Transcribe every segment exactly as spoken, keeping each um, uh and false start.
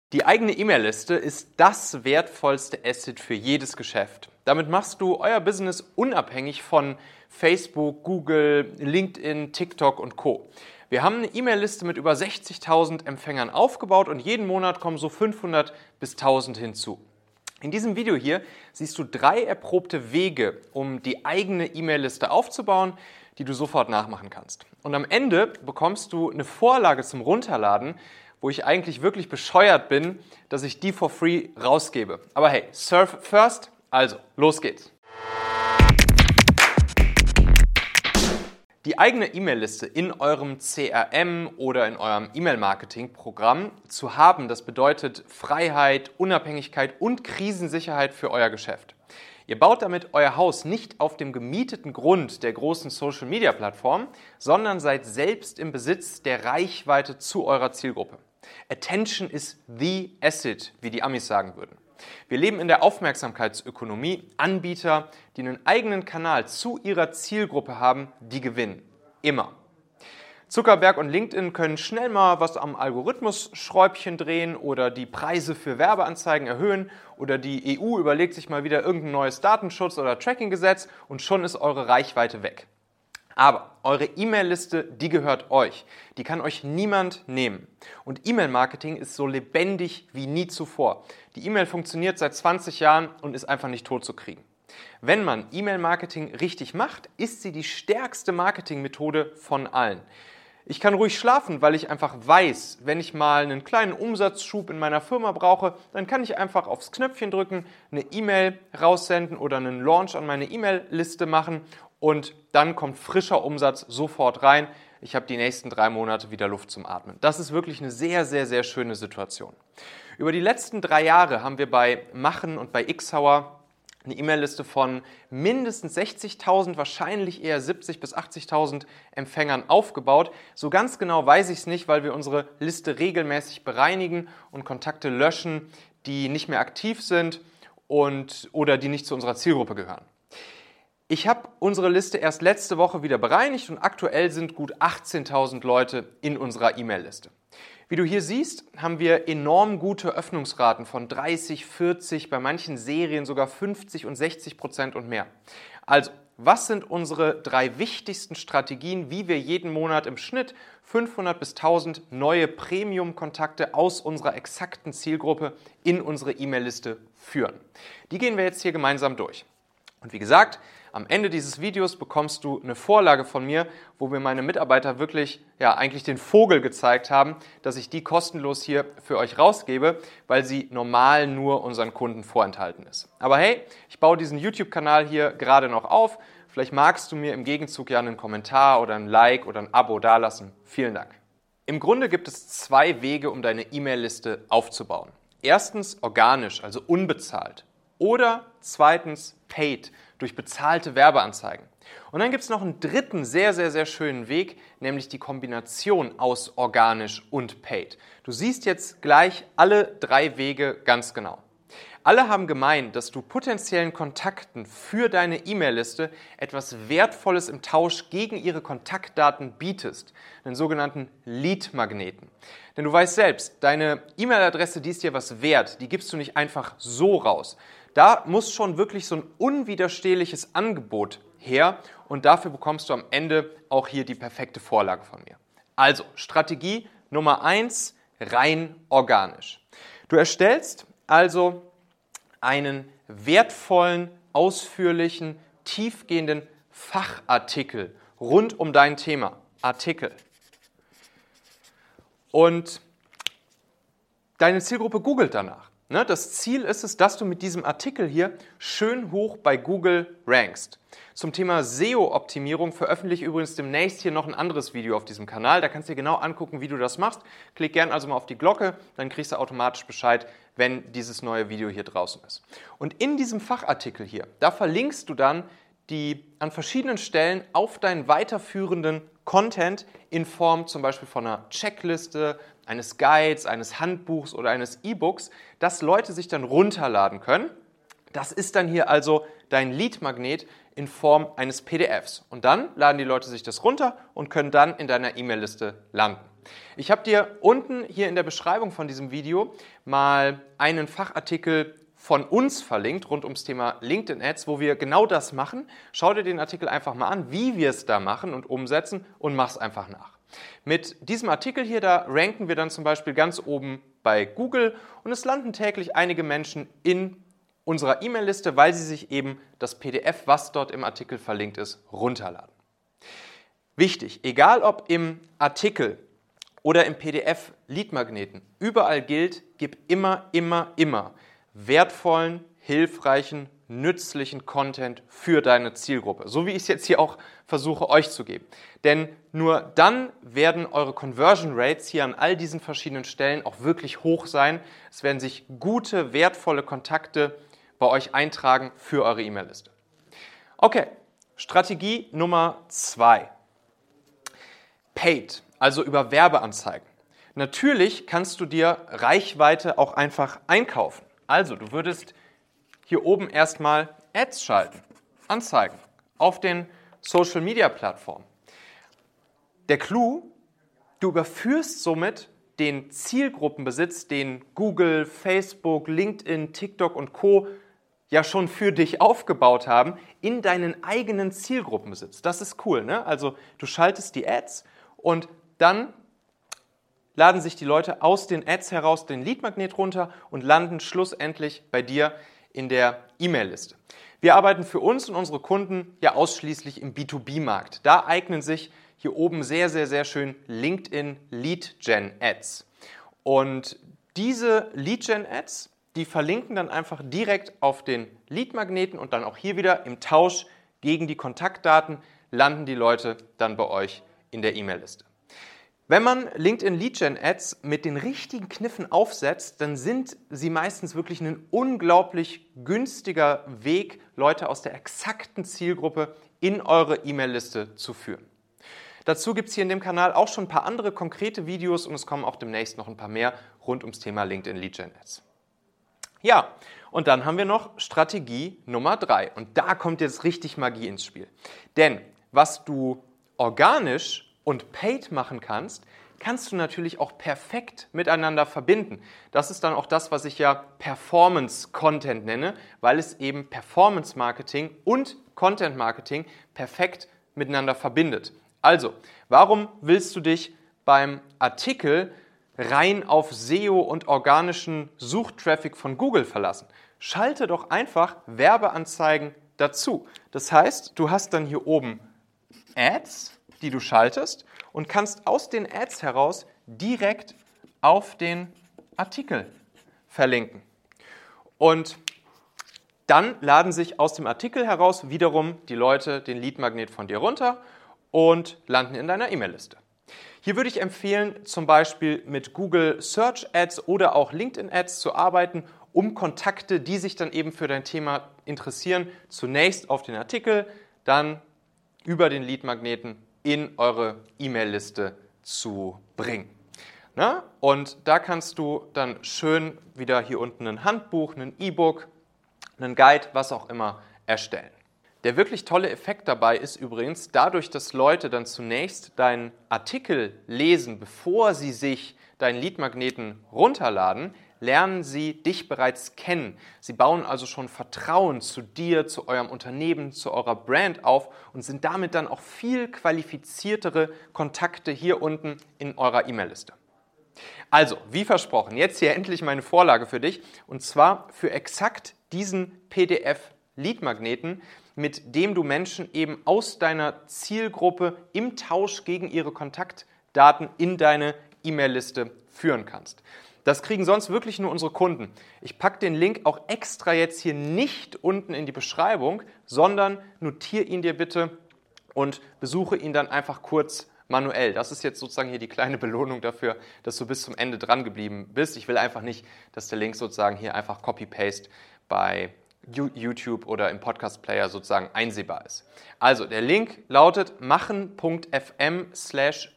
Die eigene E-Mail-Liste ist das wertvollste Asset für jedes Geschäft. Damit machst du euer Business unabhängig von Facebook, Google, LinkedIn, TikTok und Co. Wir haben eine E-Mail-Liste mit über sechzigtausend Empfängern aufgebaut und jeden Monat kommen so fünfhundert bis tausend hinzu. In diesem Video hier siehst du drei erprobte Wege, um die eigene E-Mail-Liste aufzubauen, die du sofort nachmachen kannst. Und am Ende bekommst du eine Vorlage zum Runterladen, wo ich eigentlich wirklich bescheuert bin, dass ich die for free rausgebe. Aber hey, serve first, also los geht's. Die eigene E-Mail-Liste in eurem C R M oder in eurem E-Mail-Marketing-Programm zu haben, das bedeutet Freiheit, Unabhängigkeit und Krisensicherheit für euer Geschäft. Ihr baut damit euer Haus nicht auf dem gemieteten Grund der großen Social-Media-Plattform, sondern seid selbst im Besitz der Reichweite zu eurer Zielgruppe. Attention is the asset, wie die Amis sagen würden. Wir leben in der Aufmerksamkeitsökonomie. Anbieter, die einen eigenen Kanal zu ihrer Zielgruppe haben, die gewinnen. Immer. Zuckerberg und LinkedIn können schnell mal was am Algorithmus-Schräubchen drehen oder die Preise für Werbeanzeigen erhöhen oder die E U überlegt sich mal wieder irgendein neues Datenschutz- oder Tracking-Gesetz und schon ist eure Reichweite weg. Aber eure E-Mail-Liste, die gehört euch. Die kann euch niemand nehmen. Und E-Mail-Marketing ist so lebendig wie nie zuvor. Die E-Mail funktioniert seit zwanzig Jahren und ist einfach nicht totzukriegen. Wenn man E-Mail-Marketing richtig macht, ist sie die stärkste Marketingmethode von allen. Ich kann ruhig schlafen, weil ich einfach weiß, wenn ich mal einen kleinen Umsatzschub in meiner Firma brauche, dann kann ich einfach aufs Knöpfchen drücken, eine E-Mail raussenden oder einen Launch an meine E-Mail-Liste machen und dann kommt frischer Umsatz sofort rein. Ich habe die nächsten drei Monate wieder Luft zum Atmen. Das ist wirklich eine sehr, sehr, sehr schöne Situation. Über die letzten drei Jahre haben wir bei Machen und bei Xhauer eine E-Mail-Liste von mindestens sechzigtausend, wahrscheinlich eher siebzigtausend bis achtzigtausend Empfängern aufgebaut. So ganz genau weiß ich es nicht, weil wir unsere Liste regelmäßig bereinigen und Kontakte löschen, die nicht mehr aktiv sind und, oder die nicht zu unserer Zielgruppe gehören. Ich habe unsere Liste erst letzte Woche wieder bereinigt und aktuell sind gut achtzehntausend Leute in unserer E-Mail-Liste. Wie du hier siehst, haben wir enorm gute Öffnungsraten von dreißig, vierzig, bei manchen Serien sogar fünfzig und sechzig Prozent und mehr. Also, was sind unsere drei wichtigsten Strategien, wie wir jeden Monat im Schnitt fünfhundert bis tausend neue Premium-Kontakte aus unserer exakten Zielgruppe in unsere E-Mail-Liste führen? Die gehen wir jetzt hier gemeinsam durch. Und wie gesagt, am Ende dieses Videos bekommst du eine Vorlage von mir, wo mir meine Mitarbeiter wirklich ja, eigentlich den Vogel gezeigt haben, dass ich die kostenlos hier für euch rausgebe, weil sie normal nur unseren Kunden vorenthalten ist. Aber hey, ich baue diesen YouTube-Kanal hier gerade noch auf. Vielleicht magst du mir im Gegenzug ja einen Kommentar oder ein Like oder ein Abo dalassen. Vielen Dank. Im Grunde gibt es zwei Wege, um deine E-Mail-Liste aufzubauen. Erstens organisch, also unbezahlt. Oder zweitens paid, durch bezahlte Werbeanzeigen. Und dann gibt es noch einen dritten sehr, sehr, sehr schönen Weg, nämlich die Kombination aus organisch und paid. Du siehst jetzt gleich alle drei Wege ganz genau. Alle haben gemeint, dass du potenziellen Kontakten für deine E-Mail-Liste etwas Wertvolles im Tausch gegen ihre Kontaktdaten bietest, einen sogenannten Lead-Magneten. Denn du weißt selbst, deine E-Mail-Adresse, die ist dir was wert, die gibst du nicht einfach so raus. Da muss schon wirklich so ein unwiderstehliches Angebot her und dafür bekommst du am Ende auch hier die perfekte Vorlage von mir. Also Strategie Nummer eins, rein organisch. Du erstellst also einen wertvollen, ausführlichen, tiefgehenden Fachartikel rund um dein Thema. Artikel. Und deine Zielgruppe googelt danach. Das Ziel ist es, dass du mit diesem Artikel hier schön hoch bei Google rankst. Zum Thema S E O-Optimierung veröffentliche ich übrigens demnächst hier noch ein anderes Video auf diesem Kanal. Da kannst du dir genau angucken, wie du das machst. Klick gerne also mal auf die Glocke, dann kriegst du automatisch Bescheid, wenn dieses neue Video hier draußen ist. Und in diesem Fachartikel hier, da verlinkst du dann die an verschiedenen Stellen auf deinen weiterführenden Content in Form zum Beispiel von einer Checkliste, eines Guides, eines Handbuchs oder eines E-Books, das Leute sich dann runterladen können. Das ist dann hier also dein Lead-Magnet in Form eines P D Fs. Und dann laden die Leute sich das runter und können dann in deiner E-Mail-Liste landen. Ich habe dir unten hier in der Beschreibung von diesem Video mal einen Fachartikel von uns verlinkt rund ums Thema LinkedIn Ads, wo wir genau das machen. Schau dir den Artikel einfach mal an, wie wir es da machen und umsetzen und mach es einfach nach. Mit diesem Artikel hier, da ranken wir dann zum Beispiel ganz oben bei Google und es landen täglich einige Menschen in unserer E-Mail-Liste, weil sie sich eben das P D F, was dort im Artikel verlinkt ist, runterladen. Wichtig, egal ob im Artikel oder im P D F Leadmagneten, überall gilt, gib immer, immer, immer wertvollen, hilfreichen, nützlichen Content für deine Zielgruppe. So wie ich es jetzt hier auch versuche, euch zu geben. Denn nur dann werden eure Conversion Rates hier an all diesen verschiedenen Stellen auch wirklich hoch sein. Es werden sich gute, wertvolle Kontakte bei euch eintragen für eure E-Mail-Liste. Okay, Strategie Nummer zwei. Paid, also über Werbeanzeigen. Natürlich kannst du dir Reichweite auch einfach einkaufen. Also, du würdest hier oben erstmal Ads schalten, Anzeigen auf den Social-Media-Plattformen. Der Clou, du überführst somit den Zielgruppenbesitz, den Google, Facebook, LinkedIn, TikTok und Co. ja schon für dich aufgebaut haben, in deinen eigenen Zielgruppenbesitz. Das ist cool, ne? Also du schaltest die Ads und dann laden sich die Leute aus den Ads heraus den Leadmagnet runter und landen schlussendlich bei dir in der E-Mail-Liste. Wir arbeiten für uns und unsere Kunden ja ausschließlich im B zwei B-Markt. Da eignen sich hier oben sehr, sehr, sehr schön LinkedIn Lead-Gen-Ads. Und diese Lead-Gen-Ads, die verlinken dann einfach direkt auf den Leadmagneten und dann auch hier wieder im Tausch gegen die Kontaktdaten landen die Leute dann bei euch in der E-Mail-Liste. Wenn man LinkedIn Lead-Gen-Ads mit den richtigen Kniffen aufsetzt, dann sind sie meistens wirklich ein unglaublich günstiger Weg, Leute aus der exakten Zielgruppe in eure E-Mail-Liste zu führen. Dazu gibt es hier in dem Kanal auch schon ein paar andere konkrete Videos und es kommen auch demnächst noch ein paar mehr rund ums Thema LinkedIn Lead-Gen-Ads. Ja, und dann haben wir noch Strategie Nummer drei und da kommt jetzt richtig Magie ins Spiel. Denn was du organisch und paid machen kannst, kannst du natürlich auch perfekt miteinander verbinden. Das ist dann auch das, was ich ja Performance-Content nenne, weil es eben Performance-Marketing und Content-Marketing perfekt miteinander verbindet. Also, warum willst du dich beim Artikel rein auf S E O und organischen Suchtraffic von Google verlassen? Schalte doch einfach Werbeanzeigen dazu. Das heißt, du hast dann hier oben Ads, die du schaltest und kannst aus den Ads heraus direkt auf den Artikel verlinken. Und dann laden sich aus dem Artikel heraus wiederum die Leute den Leadmagnet von dir runter und landen in deiner E-Mail-Liste. Hier würde ich empfehlen, zum Beispiel mit Google Search Ads oder auch LinkedIn Ads zu arbeiten, um Kontakte, die sich dann eben für dein Thema interessieren, zunächst auf den Artikel, dann über den Leadmagneten in eure E-Mail-Liste zu bringen. Na? Und da kannst du dann schön wieder hier unten ein Handbuch, ein E-Book, einen Guide, was auch immer erstellen. Der wirklich tolle Effekt dabei ist übrigens, dadurch, dass Leute dann zunächst deinen Artikel lesen, bevor sie sich deinen Leadmagneten runterladen, lernen sie dich bereits kennen. Sie bauen also schon Vertrauen zu dir, zu eurem Unternehmen, zu eurer Brand auf und sind damit dann auch viel qualifiziertere Kontakte hier unten in eurer E-Mail-Liste. Also, wie versprochen, jetzt hier endlich meine Vorlage für dich und zwar für exakt diesen P D F-Leadmagneten, mit dem du Menschen eben aus deiner Zielgruppe im Tausch gegen ihre Kontaktdaten in deine E-Mail-Liste führen kannst. Das kriegen sonst wirklich nur unsere Kunden. Ich packe den Link auch extra jetzt hier nicht unten in die Beschreibung, sondern notiere ihn dir bitte und besuche ihn dann einfach kurz manuell. Das ist jetzt sozusagen hier die kleine Belohnung dafür, dass du bis zum Ende dran geblieben bist. Ich will einfach nicht, dass der Link sozusagen hier einfach Copy-Paste bei YouTube oder im Podcast-Player sozusagen einsehbar ist. Also der Link lautet machen.fm slash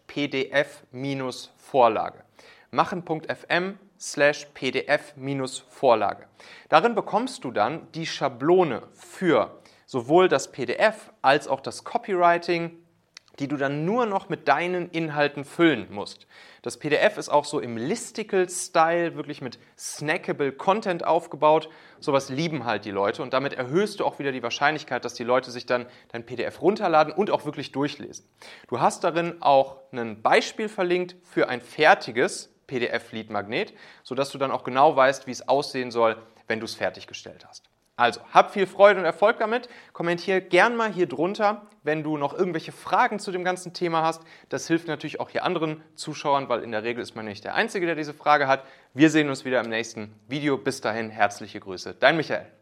pdf-vorlage. machen.fm slash pdf-vorlage. Darin bekommst du dann die Schablone für sowohl das P D F als auch das Copywriting die du dann nur noch mit deinen Inhalten füllen musst. Das P D F ist auch so im Listicle-Style, wirklich mit snackable Content aufgebaut. Sowas lieben halt die Leute und damit erhöhst du auch wieder die Wahrscheinlichkeit, dass die Leute sich dann dein P D F runterladen und auch wirklich durchlesen. Du hast darin auch ein Beispiel verlinkt für ein fertiges P D F-Lead-Magnet, sodass du dann auch genau weißt, wie es aussehen soll, wenn du es fertiggestellt hast. Also, hab viel Freude und Erfolg damit. Kommentier gern mal hier drunter, wenn du noch irgendwelche Fragen zu dem ganzen Thema hast. Das hilft natürlich auch hier anderen Zuschauern, weil in der Regel ist man nicht der Einzige, der diese Frage hat. Wir sehen uns wieder im nächsten Video. Bis dahin, herzliche Grüße. Dein Michael.